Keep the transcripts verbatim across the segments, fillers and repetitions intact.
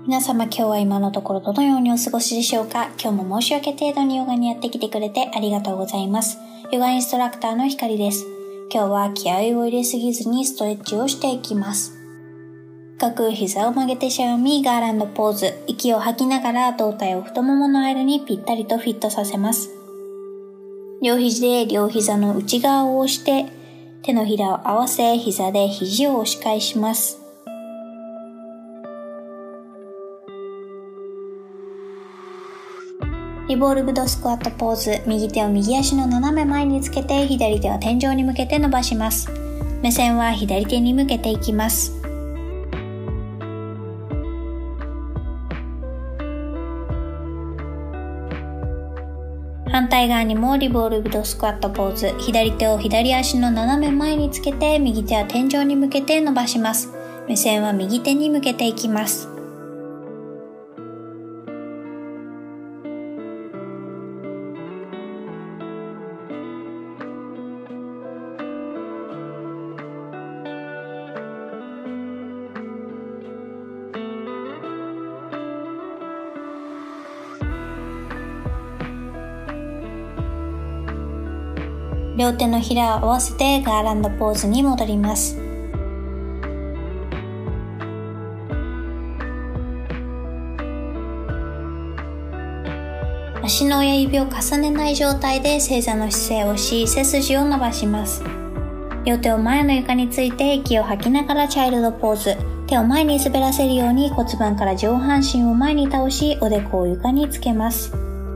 皆様今日は今のところどのようにお過ごしでしょうか。今日も申し訳程度にヨガにやってきてくれてありがとうございます。ヨガインストラクターのひかりです。今日は気合を入れすぎずにストレッチをしていきます。深く膝を曲げてしゃがみガーランドポーズ。息を吐きながら胴体を太ももの間にぴったりとフィットさせます。両肘で両膝の内側を押して手のひらを合わせ膝で肘を押し返します。リボルブドスクワットポーズ。右手を右足の斜め前につけて左手は天井に向けて伸ばします。目線は左手に向けていきます。反対側にもリボルブドスクワットポーズ。左手を左足の斜め前につけて右手は天井に向けて伸ばします。目線は右手に向けていきます。両手のひらを合わせてガーランドポーズに戻ります。足の親指を重ねない状態で正座の姿勢をし、背筋を伸ばします。両手を前の床について息を吐きながらチャイルドポーズ。手を前に滑らせるように骨盤から上半身を前に倒し、おでこを床につけます。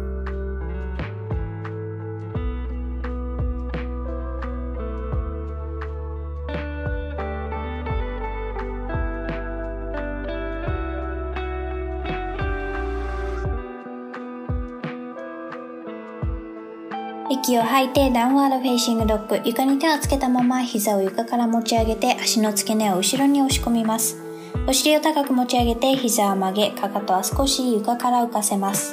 息を吐いてダウンワードフェイシングドッグ。床に手をつけたまま膝を床から持ち上げて足の付け根を後ろに押し込みます。お尻を高く持ち上げて膝を曲げ、かかとは少し床から浮かせます。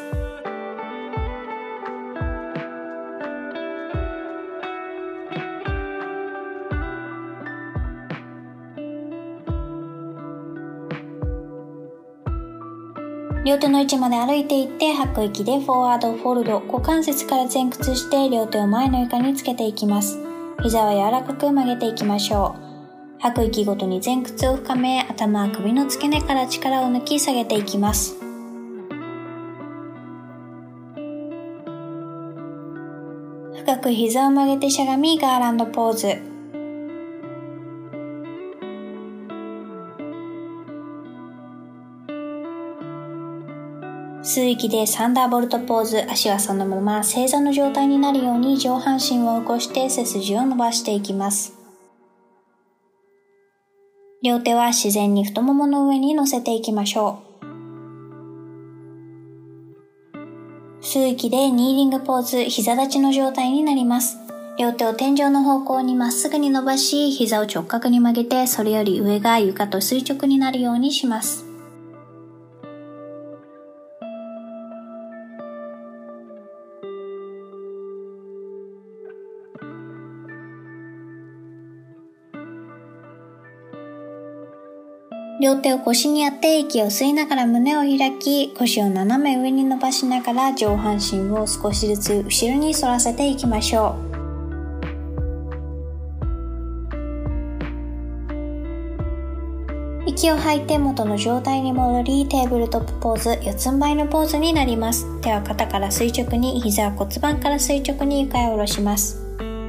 両手の位置まで歩いていって吐く息でフォワードフォルド。股関節から前屈して両手を前の床につけていきます。膝は柔らかく曲げていきましょう。吐く息ごとに前屈を深め、頭は首の付け根から力を抜き下げていきます。深く膝を曲げてしゃがみガーランドポーズ。吸う息でサンダーボルトポーズ。足はそのまま正座の状態になるように上半身を起こして背筋を伸ばしていきます。両手は自然に太ももの上に乗せていきましょう。吸う息でニーリングポーズ。膝立ちの状態になります。両手を天井の方向にまっすぐに伸ばし、膝を直角に曲げて、それより上が床と垂直になるようにします。両手を腰に当て息を吸いながら胸を開き、腰を斜め上に伸ばしながら上半身を少しずつ後ろに反らせていきましょう。息を吐いて元の状態に戻り、テーブルトップポーズ、四つん這いのポーズになります。手は肩から垂直に、膝は骨盤から垂直に床へ下ろします。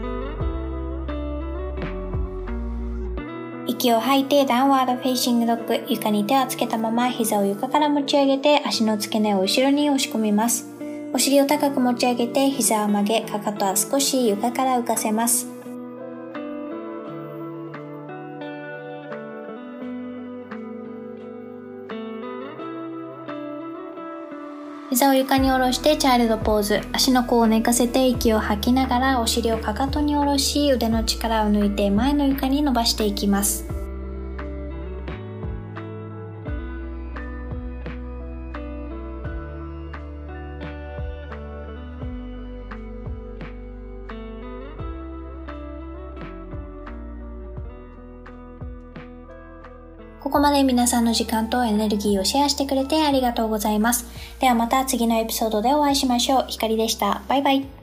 息を吐いてダウンワードフェイシングドッグ。床に手をつけたまま膝を床から持ち上げて足の付け根を後ろに押し込みます。お尻を高く持ち上げて膝を曲げ、かかとは少し床から浮かせます。膝を床に下ろしてチャイルドポーズ。足の甲を寝かせて息を吐きながらお尻をかかとに下ろし、腕の力を抜いて前の床に伸ばしていきます。 ここまで皆さんの時間とエネルギーをシェアしてくれてありがとうございます。ではまた次のエピソードでお会いしましょう。ひかりでした。バイバイ。